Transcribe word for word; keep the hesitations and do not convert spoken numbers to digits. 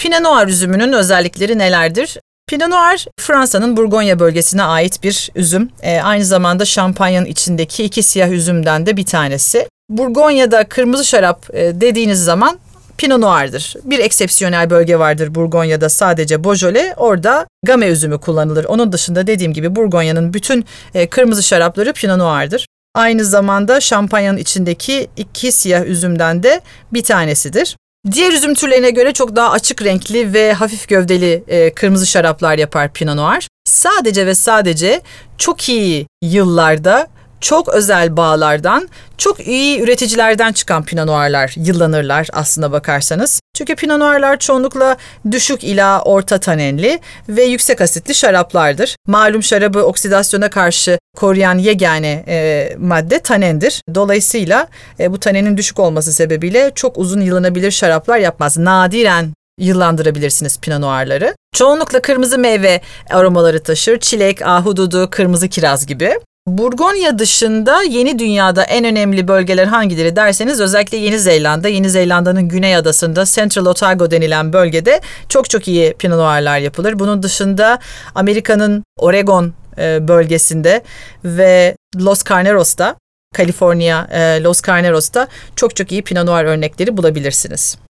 Pinot Noir üzümünün özellikleri nelerdir? Pinot Noir, Fransa'nın Burgonya bölgesine ait bir üzüm. E, aynı zamanda Şampanya'nın içindeki iki siyah üzümden de bir tanesi. Burgonya'da kırmızı şarap e, dediğiniz zaman Pinot Noir'dır. Bir eksepsiyonel bölge vardır Burgonya'da, sadece Beaujolais. Orada Gamay üzümü kullanılır. Onun dışında dediğim gibi Burgonya'nın bütün e, kırmızı şarapları Pinot Noir'dır. Aynı zamanda Şampanya'nın içindeki iki siyah üzümden de bir tanesidir. Diğer üzüm türlerine göre çok daha açık renkli ve hafif gövdeli e, kırmızı şaraplar yapar Pinot Noir. Sadece ve sadece çok iyi yıllarda, çok özel bağlardan, çok iyi üreticilerden çıkan Pinot Noir'lar yıllanırlar aslına bakarsanız. Çünkü Pinot Noir'lar çoğunlukla düşük ila orta tanenli ve yüksek asitli şaraplardır. Malum şarabı oksidasyona karşı koruyan yegane e, madde tanendir. Dolayısıyla e, bu tanenin düşük olması sebebiyle çok uzun yıllanabilir şaraplar yapmaz. Nadiren yıllandırabilirsiniz Pinot Noir'ları. Çoğunlukla kırmızı meyve aromaları taşır. Çilek, ahududu, kırmızı kiraz gibi. Burgonya dışında Yeni Dünya'da en önemli bölgeler hangileri derseniz özellikle Yeni Zelanda. Yeni Zelanda'nın güney adasında Central Otago denilen bölgede çok çok iyi Pinot Noir'lar yapılır. Bunun dışında Amerika'nın Oregon bölgesinde ve Los Carneros'ta, Kaliforniya, Los Carneros'ta çok çok iyi Pinot Noir örnekleri bulabilirsiniz.